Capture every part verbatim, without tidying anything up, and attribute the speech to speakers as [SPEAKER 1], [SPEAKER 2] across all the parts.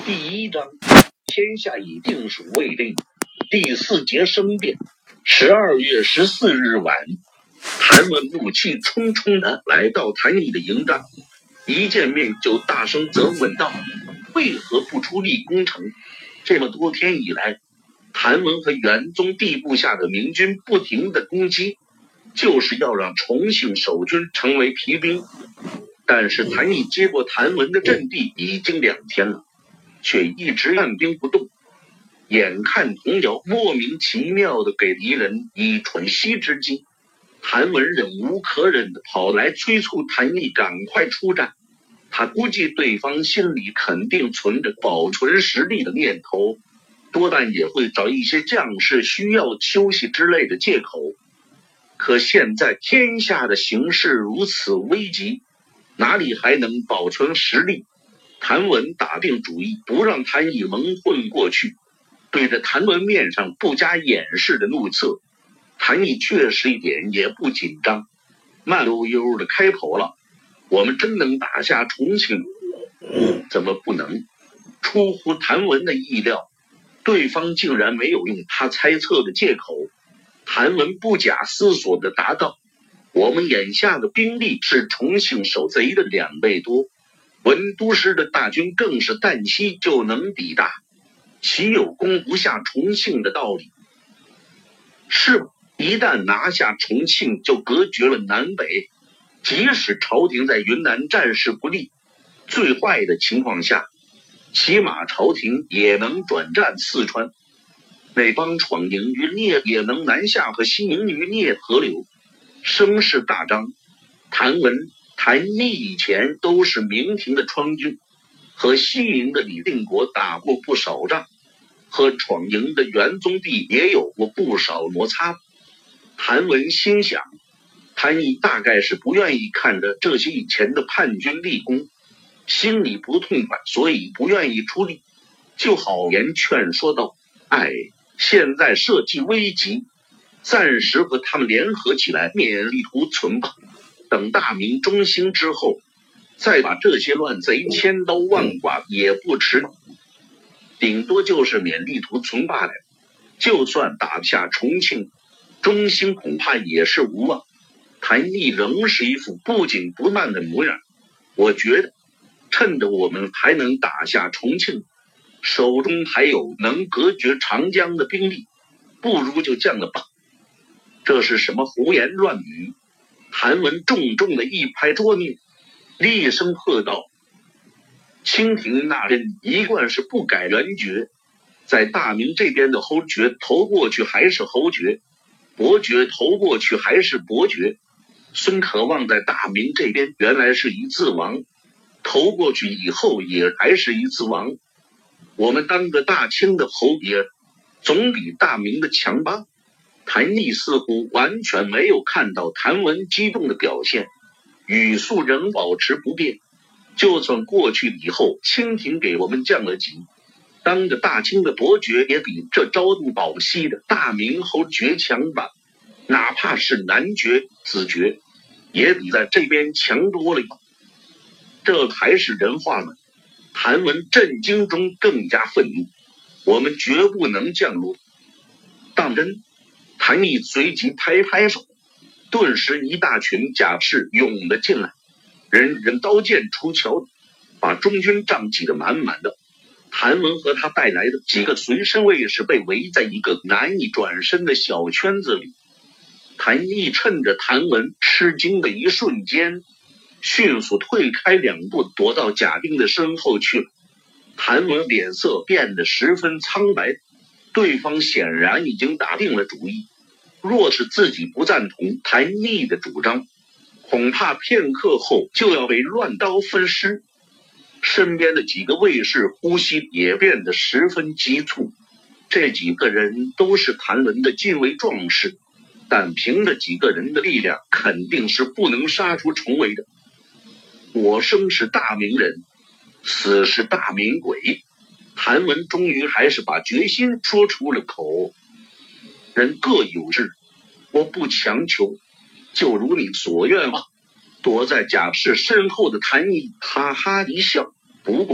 [SPEAKER 1] 第一章，天下已定属未定。第四节生变。十二月十四日晚，谭文怒气冲冲地来到谭毅的营帐，一见面就大声责问道：“为何不出力攻城？这么多天以来，谭文和元宗帝部下的明军不停地攻击，就是要让重庆守军成为疲兵。但是谭毅接过谭文的阵地已经两天了，却一直按兵不动。眼看童谣莫名其妙地给敌人以喘息之机，谭文忍无可忍地跑来催促谭毅赶快出战。他估计对方心里肯定存着保存实力的念头，多半也会找一些将士需要休息之类的借口。可现在天下的形势如此危急，哪里还能保存实力？谭文打定主意不让谭毅蒙混过去，对着谭文面上不加掩饰的怒色，谭毅确实一点也不紧张，慢悠悠的开口了：“我们真能打下重庆？”“怎么不能？”出乎谭文的意料，对方竟然没有用他猜测的借口。谭文不假思索地答道：“我们眼下的兵力是重庆守贼的两倍多，文都师的大军更是旦夕就能抵达，岂有攻不下重庆的道理？是吗？一旦拿下重庆，就隔绝了南北，即使朝廷在云南战事不利，最坏的情况下，起码朝廷也能转战四川，那帮闯营余孽也能南下和西营余孽合流，声势大张。”谭文、谭毅以前都是明廷的川军，和西营的李定国打过不少仗，和闯营的元宗帝也有过不少摩擦。谭文心想，谭毅大概是不愿意看着这些以前的叛军立功，心里不痛快，所以不愿意出力，就好言劝说道：“哎，现在社稷危急，暂时和他们联合起来灭力图存吧，等大明中兴之后，再把这些乱贼千刀万剐也不迟，顶多就是免力图存罢了。就算打下重庆，中兴恐怕也是无望。”谭毅仍是一副不紧不慢的模样。我觉得，趁着我们还能打下重庆，手中还有能隔绝长江的兵力，不如就这样了吧。这是什么胡言乱语？谭文重重的一拍桌面，厉声喝道：“清廷那人一贯是不改原爵，在大明这边的侯爵投过去还是侯爵，伯爵投过去还是伯爵。孙可望在大明这边原来是一字王，投过去以后也还是一字王。我们当个大清的侯爷，总比大明的强吧？”谭毅似乎完全没有看到谭文激动的表现，语速仍保持不变。就算过去以后清廷给我们降了级，当个大清的伯爵也比这朝不保夕的大明侯爵强吧？哪怕是男爵、子爵，也比在这边强多了吧？这还是人话吗？谭文震惊中更加愤怒，我们绝不能降落。当真？谭毅随即拍拍手，顿时一大群甲士涌了进来，人人刀剑出鞘，把中军帐挤得满满的。谭文和他带来的几个随身卫士被围在一个难以转身的小圈子里。谭毅趁着谭文吃惊的一瞬间，迅速退开两步，躲到甲兵的身后去了。谭文脸色变得十分苍白，对方显然已经打定了主意，若是自己不赞同谭毅的主张，恐怕片刻后就要被乱刀分尸。身边的几个卫士呼吸也变得十分急促，这几个人都是谭文的近卫壮士，但凭着几个人的力量肯定是不能杀出重围的。我生是大明人，死是大明鬼。谭文终于还是把决心说出了口。人各有志，我不强求，就如你所愿吧。躲在甲士身后的谭毅哈哈一笑，不过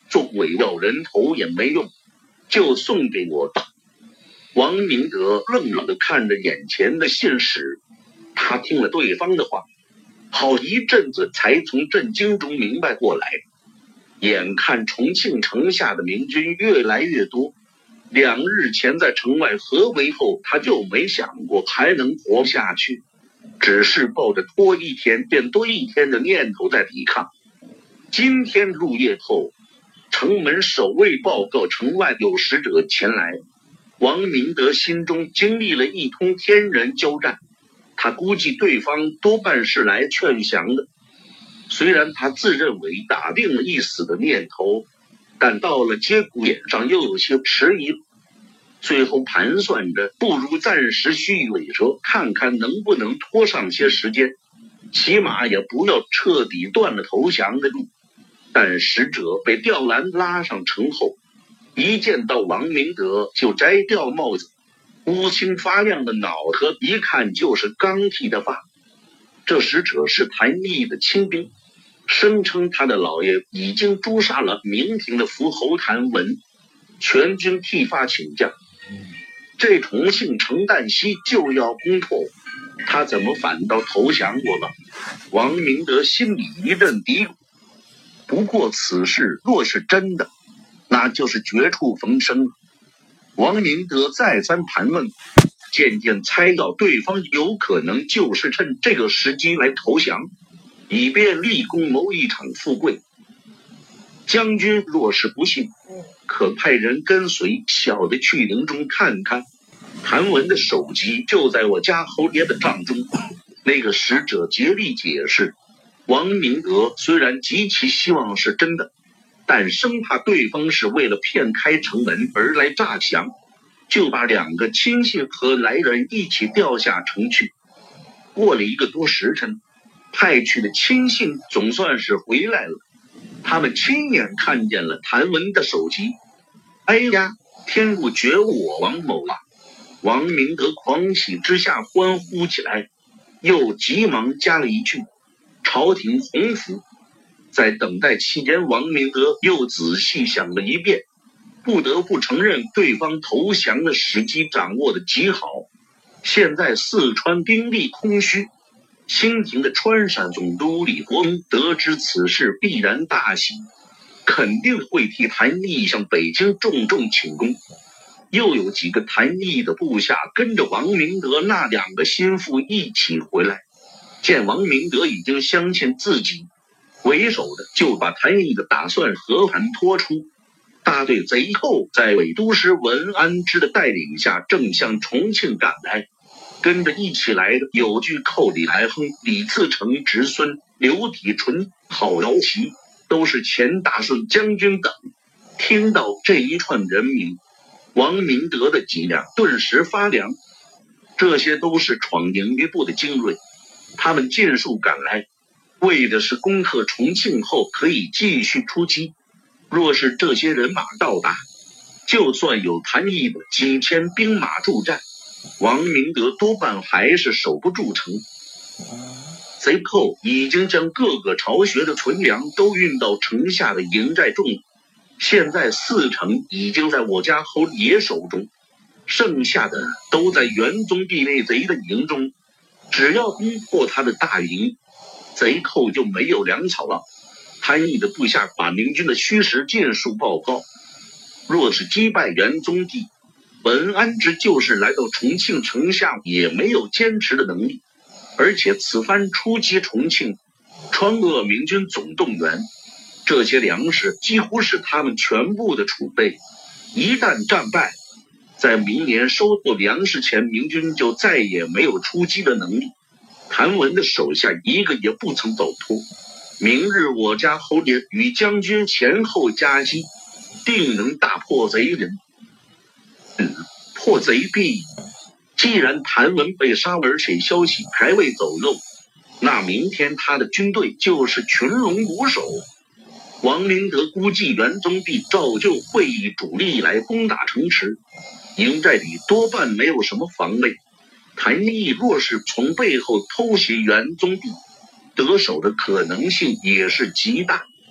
[SPEAKER 1] 做鬼要人头也没用，就送给我吧。王明德愣愣地看着眼前的信使，他听了对方的话，好一阵子才从震惊中明白过来。眼看重庆城下的明军越来越多，两日前在城外合围后，他就没想过还能活下去，只是抱着拖一天便多一天的念头在抵抗。今天入夜后，城门守卫报告城外有使者前来，王明德心中经历了一通天人交战，他估计对方多半是来劝降的。虽然他自认为打定了一死的念头，但到了节骨眼上又有些迟疑。最后盘算着，不如暂时虚与委蛇，看看能不能拖上些时间，起码也不要彻底断了投降的路。但使者被吊篮拉上城后，一见到王明德就摘掉帽子，乌青发亮的脑壳一看就是刚剃的发。这使者是谭毅的亲兵，声称他的老爷已经诛杀了明廷的伏侯谭文，全军剃发请降。这重庆城旦夕就要攻破，他怎么反倒投降我了？王明德心里一阵嘀咕。不过此事若是真的，那就是绝处逢生了。王明德再三盘问，渐渐猜到对方有可能就是趁这个时机来投降，以便立功谋一场富贵。将军若是不信，可派人跟随小的去营中看看，谭文的首级就在我家侯爷的帐中。那个使者竭力解释，王明德虽然极其希望是真的，但生怕对方是为了骗开城门而来诈降，就把两个亲信和来人一起调下城去。过了一个多时辰，派去的亲信总算是回来了，他们亲眼看见了谭文的首级。哎呀，天入觉悟我王某啊！王明德狂喜之下欢呼起来，又急忙加了一句：朝廷洪福。在等待期间，王明德又仔细想了一遍，不得不承认对方投降的时机掌握得极好。现在四川兵力空虚，清廷的川陕总督李国恩得知此事必然大喜，肯定会替谭毅向北京重重请功。又有几个谭毅的部下跟着王明德那两个心腹一起回来，见王明德已经相信自己，为首的就把谭毅的打算和盘托出。大队贼寇在伪都师文安之的带领下正向重庆赶来，跟着一起来的有巨寇李来亨、李自成侄孙、刘体纯、郝瑶琪，都是钱大顺将军等。听到这一串人名，王明德的脊梁顿时发凉。这些都是闯营一部的精锐，他们尽数赶来，为的是攻克重庆后可以继续出击。若是这些人马到达，就算有谭毅的几千兵马助战，王明德多半还是守不住城。贼寇已经将各个巢穴的存粮都运到城下的营寨中，现在四城已经在我家侯爷手中，剩下的都在元宗帝内贼的营中。只要攻破他的大营，贼寇就没有粮草了。谭毅的部下把明军的虚实尽数报告，若是击败元宗帝，文安之就是来到重庆城下也没有坚持的能力。而且此番出击重庆，川鄂明军总动员，这些粮食几乎是他们全部的储备。一旦战败，在明年收获粮食前，明军就再也没有出击的能力。谭文的手下一个也不曾走脱。明日我家侯爷与将军前后夹击，定能大破贼人。嗯，破贼必。既然谭文被杀，而且消息还未走漏，那明天他的军队就是群龙无首。王明德估计元宗帝照旧会以主力来攻打城池，营寨里多半没有什么防备。谭毅若是从背后偷袭元宗帝，得手的可能性也是极大。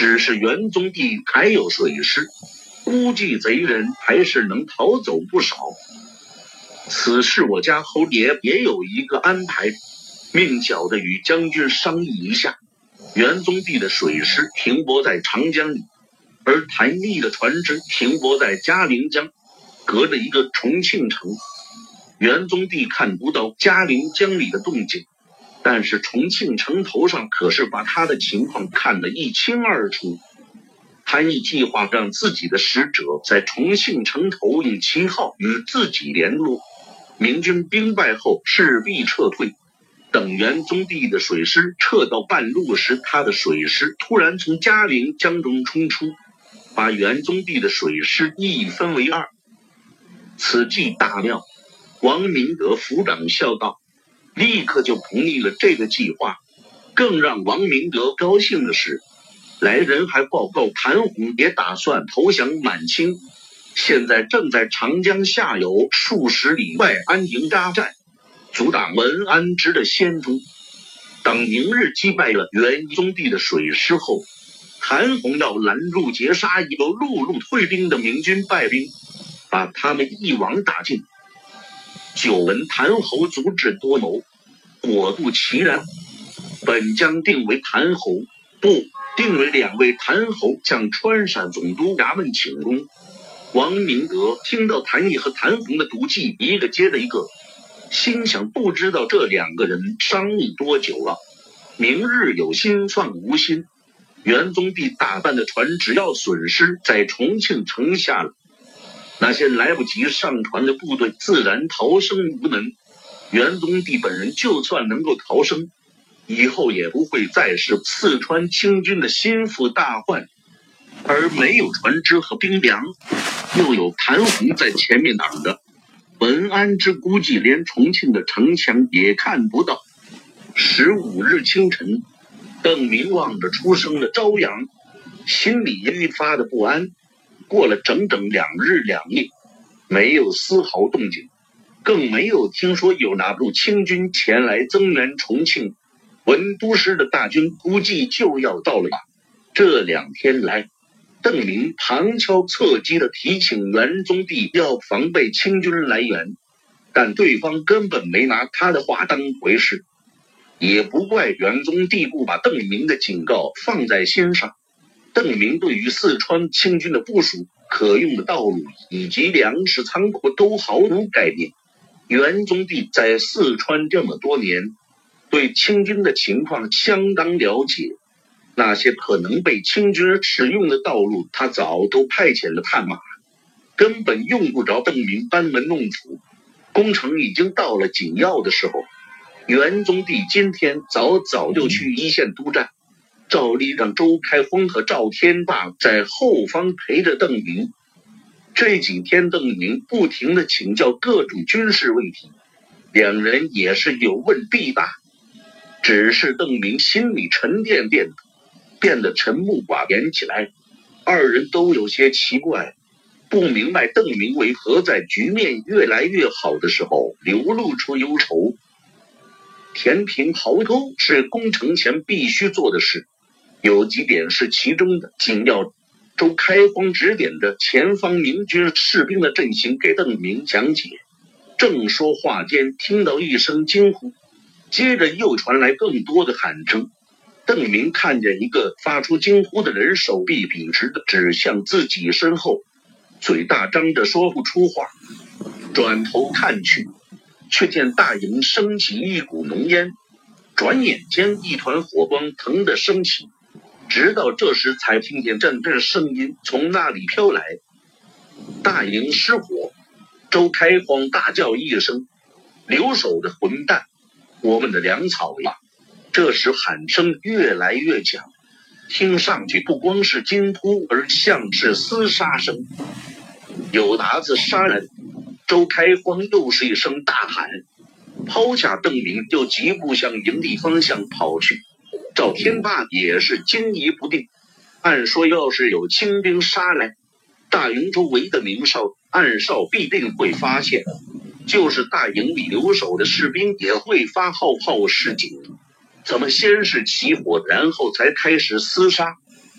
[SPEAKER 1] 只是元宗帝还有水师，估计贼人还是能逃走不少。此事我家侯爷也有一个安排，命小的与将军商议一下。元宗帝的水师停泊在长江里，而谭毅的船只停泊在嘉陵江，隔着一个重庆城。元宗帝看不到嘉陵江里的动静，但是重庆城头上可是把他的情况看得一清二楚。谭毅计划让自己的使者在重庆城头用旗号与自己联络，明军兵败后势必撤退。等元宗帝的水师撤到半路时，他的水师突然从嘉陵江中冲出，把元宗帝的水师一分为二。此计大妙，王明德府长笑道，立刻就同意了这个计划。更让王明德高兴的是，来人还报告谭弘也打算投降满清，现在正在长江下游数十里外安营扎寨，阻挡文安之的先锋。等明日击败了元宗帝的水师后，谭弘要拦路截杀有陆路退兵的明军败兵，把他们一网打尽。久闻谭侯足智多谋，果不其然，本将定为谭侯，不，定为两位谭侯，向川陕总督衙门请功。王明德听到谭毅和谭弘的毒计一个接着一个，心想不知道这两个人商议多久了，明日有心算无心。元宗帝打扮的船只要损失在重庆城下了，那些来不及上船的部队自然逃生无门。元宗帝本人就算能够逃生，以后也不会再是四川清军的心腹大患。而没有船只和兵粮，又有谭弘在前面挡着，文安之估计连重庆的城墙也看不到。十五日清晨，邓明望着初升的朝阳，心里愈发的不安。过了整整两日两夜，没有丝毫动静，更没有听说有哪路清军前来增援重庆。文都师的大军估计就要到了吧。这两天来，邓明旁敲侧击地提醒元宗帝要防备清军来援，但对方根本没拿他的话当回事。也不怪元宗帝不把邓明的警告放在心上。邓明对于四川清军的部署、可用的道路以及粮食仓库都毫无概念。元宗帝在四川这么多年，对清军的情况相当了解，那些可能被清军使用的道路他早都派遣了探马，根本用不着邓明班门弄斧。工程已经到了紧要的时候，元宗帝今天早早就去一线督战，照例让周开封和赵天霸在后方陪着邓明。这几天邓明不停地请教各种军事问题，两人也是有问必答。只是邓明心里沉甸甸的，变得沉默寡言起来。二人都有些奇怪，不明白邓明为何在局面越来越好的时候流露出忧愁。填平壕沟是攻城前必须做的事，有几点是其中的紧要。周开荒指点着前方明军士兵的阵型给邓明讲解，正说话间听到一声惊呼，接着又传来更多的喊声。邓明看见一个发出惊呼的人手臂笔直的指向自己身后，嘴大张着说不出话。转头看去，却见大营升起一股浓烟，转眼间一团火光腾地升起，直到这时才听见阵阵声音从那里飘来。大营失火！周开荒大叫一声，留守的混蛋，我们的粮草了！这时喊声越来越响，听上去不光是惊呼，而像是厮杀声。有鞑子杀人！周开荒又是一声大喊，抛下邓明就疾步向营地方向跑去。赵天霸也是惊疑不定，按说要是有清兵杀来，大营周围的明哨暗哨必定会发现，就是大营里留守的士兵也会发号号示警。怎么先是起火，然后才开始厮杀？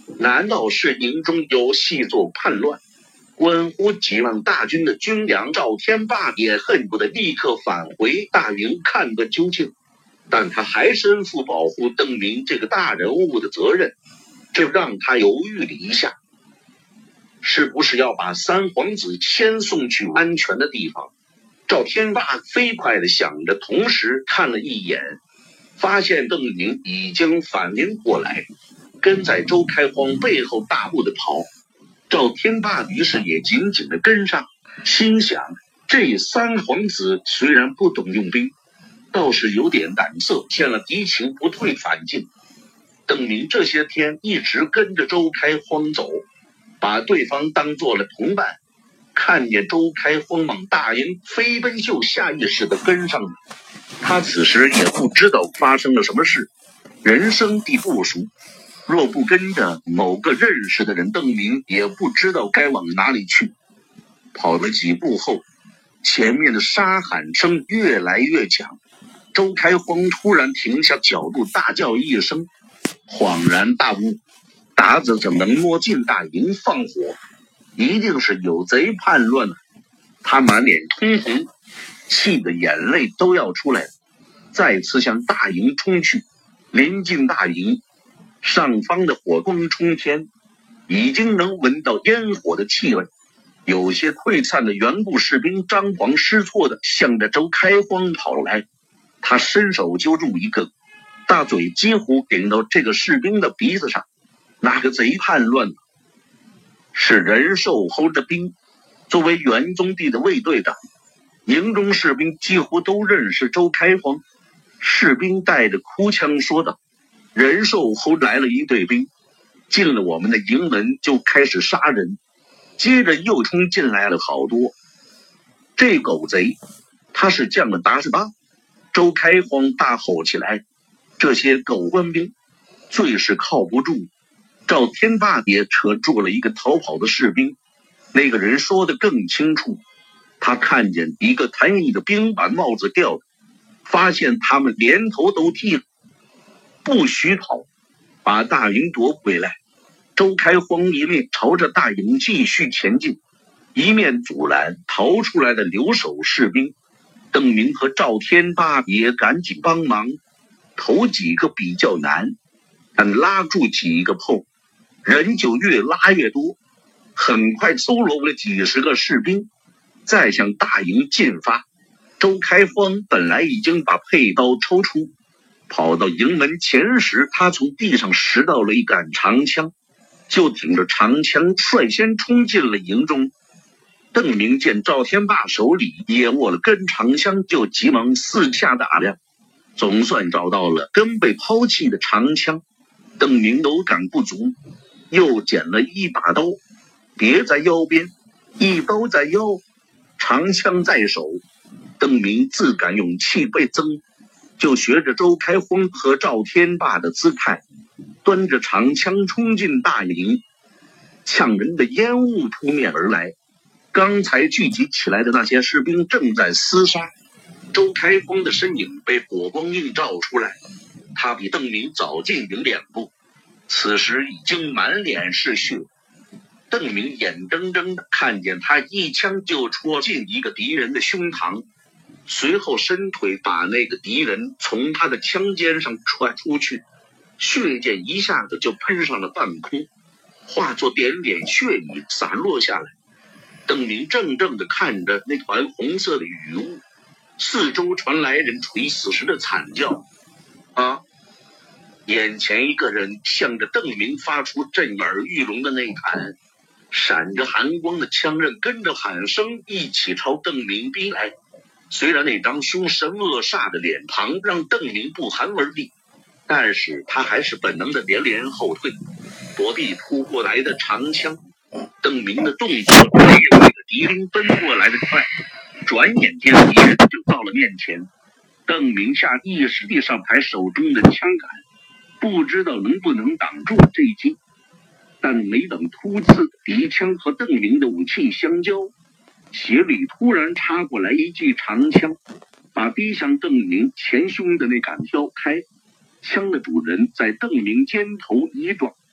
[SPEAKER 1] 难道是营中有细作叛乱？关乎几万大军的军粮，赵天霸也恨不得立刻返回大营看个究竟，但他还身负保护邓明这个大人物的责任，这让他犹豫了一下，是不是要把三皇子先送去安全的地方？赵天霸飞快地想着，同时看了一眼，发现邓明已经反应过来，跟在周开荒背后大步地跑。赵天霸于是也紧紧地跟上，心想这三皇子虽然不懂用兵，倒是有点胆色，见了敌情不退反进。邓明这些天一直跟着周开荒走，把对方当做了同伴，看见周开荒往大营飞奔，就下意识地跟上了。他此时也不知道发生了什么事，人生地不熟，若不跟着某个认识的人，邓明也不知道该往哪里去。跑了几步后，前面的沙喊声越来越强，周开荒突然停下脚步，大叫一声，恍然大悟，达子怎么能摸进大营放火？一定是有贼叛乱了。他满脸通红，气得眼泪都要出来了，再次向大营冲去。临近大营，上方的火光冲天，已经能闻到烟火的气味。有些溃散的原部士兵张皇失措地向着周开荒跑来，他伸手揪住一个，大嘴几乎顶到这个士兵的鼻子上。那个贼叛乱是仁寿侯的兵，作为元宗帝的卫队长，营中士兵几乎都认识周开荒。士兵带着哭腔说道：仁寿侯来了一队兵，进了我们的营门就开始杀人，接着又冲进来了好多。这狗贼，他是降了达子吧？周开荒大吼起来，这些狗官兵最是靠不住。赵天霸也扯住了一个逃跑的士兵，那个人说得更清楚，他看见一个谭毅的兵把帽子掉了，发现他们连头都剃了，不许跑，把大营夺回来。周开荒一面朝着大营继续前进，一面阻拦逃出来的留守士兵。邓明和赵天霸也赶紧帮忙，头几个比较难，但拉住几个后，人就越拉越多，很快搜罗了几十个士兵，再向大营进发。周开荒本来已经把佩刀抽出，跑到营门前时，他从地上拾到了一杆长枪，就挺着长枪率先冲进了营中。邓明见赵天霸手里也握了根长枪，就急忙四下打量，总算找到了根被抛弃的长枪。邓明有感不足，又捡了一把刀，别在腰边，一刀在腰，长枪在手。邓明自感勇气倍增，就学着周开荒和赵天霸的姿态，端着长枪冲进大营。呛人的烟雾扑面而来，刚才聚集起来的那些士兵正在厮杀。周开荒的身影被火光映照出来，他比邓明早进营两步，此时已经满脸是血。邓明眼睁睁地看见他一枪就戳进一个敌人的胸膛，随后伸腿把那个敌人从他的枪尖上踹出去，血溅一下子就喷上了半空，化作点点血雨洒落下来。邓明怔怔地看着那团红色的雨雾，四周传来人垂死时的惨叫。啊！眼前一个人向着邓明发出震耳欲聋的呐喊，闪着寒光的枪刃跟着喊声一起朝邓明逼来。虽然那张凶神恶煞的脸庞让邓明不寒而栗，但是他还是本能的连连后退，躲避扑过来的长枪。邓明的动作比那个敌兵奔过来的快，转眼间敌人就到了面前。邓明下意识地上抬手中的枪杆，不知道能不能挡住这一击，但没等突刺敌枪和邓明的武器相交，斜里突然插过来一记长枪，把逼向邓明前胸的那杆挑开。枪的主人在邓明肩头一撞，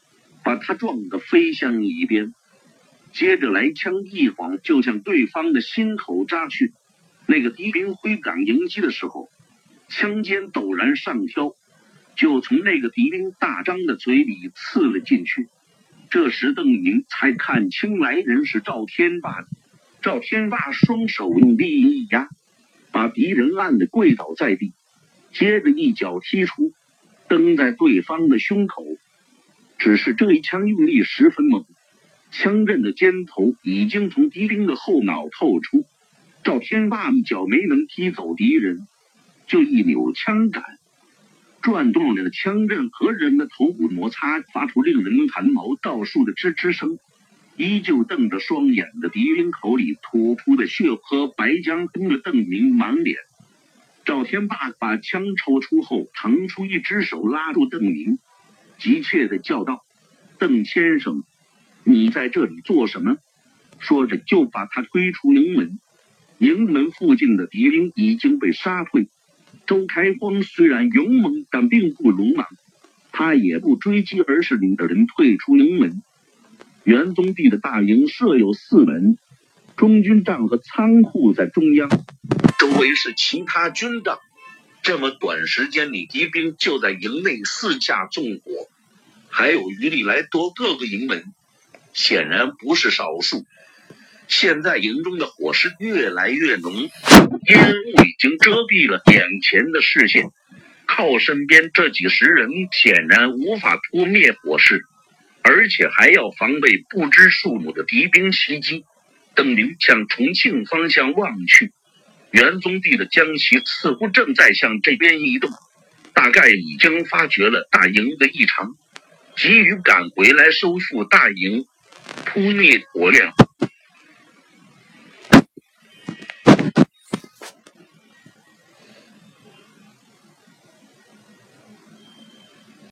[SPEAKER 1] 把他撞得飞向一边。接着来枪一晃就向对方的心口扎去。那个敌兵挥杆迎击的时候，枪尖陡然上挑，就从那个敌兵大张的嘴里刺了进去。这时邓明才看清来人是赵天霸。赵天霸双手用力一压，把敌人按得跪倒在地，接着一脚踢出，蹬在对方的胸口。只是这一枪用力十分猛，枪刃的尖头已经从敌兵的后脑透出。赵天霸一脚没能踢走敌人，就一扭枪杆，转动了枪刃和人的头骨摩擦，发出令人汗毛倒竖的吱吱声。依旧瞪着双眼的敌兵口里吐出的血和白浆喷了邓明满脸。赵天霸把枪抽出后，腾出一只手拉住邓明，急切地叫道：“邓先生，你在这里做什么？”说着就把他推出营门。营门附近的敌兵已经被杀退。周开荒虽然勇猛，但并不鲁莽，他也不追击，而是领着人退出营门。元宗帝的大营设有四门，中军帐和仓库在中央，周围是其他军帐。这么短时间里，敌兵就在营内四下纵火，还有余力来夺各个营门，显然不是少数。现在营中的火势越来越浓，烟雾已经遮蔽了眼前的视线，靠身边这几十人显然无法扑灭火势，而且还要防备不知数目的敌兵袭击。邓明向重庆方向望去，元宗帝的将旗似乎正在向这边移动，大概已经发觉了大营的异常，急于赶回来收复大营，扑灭火焰。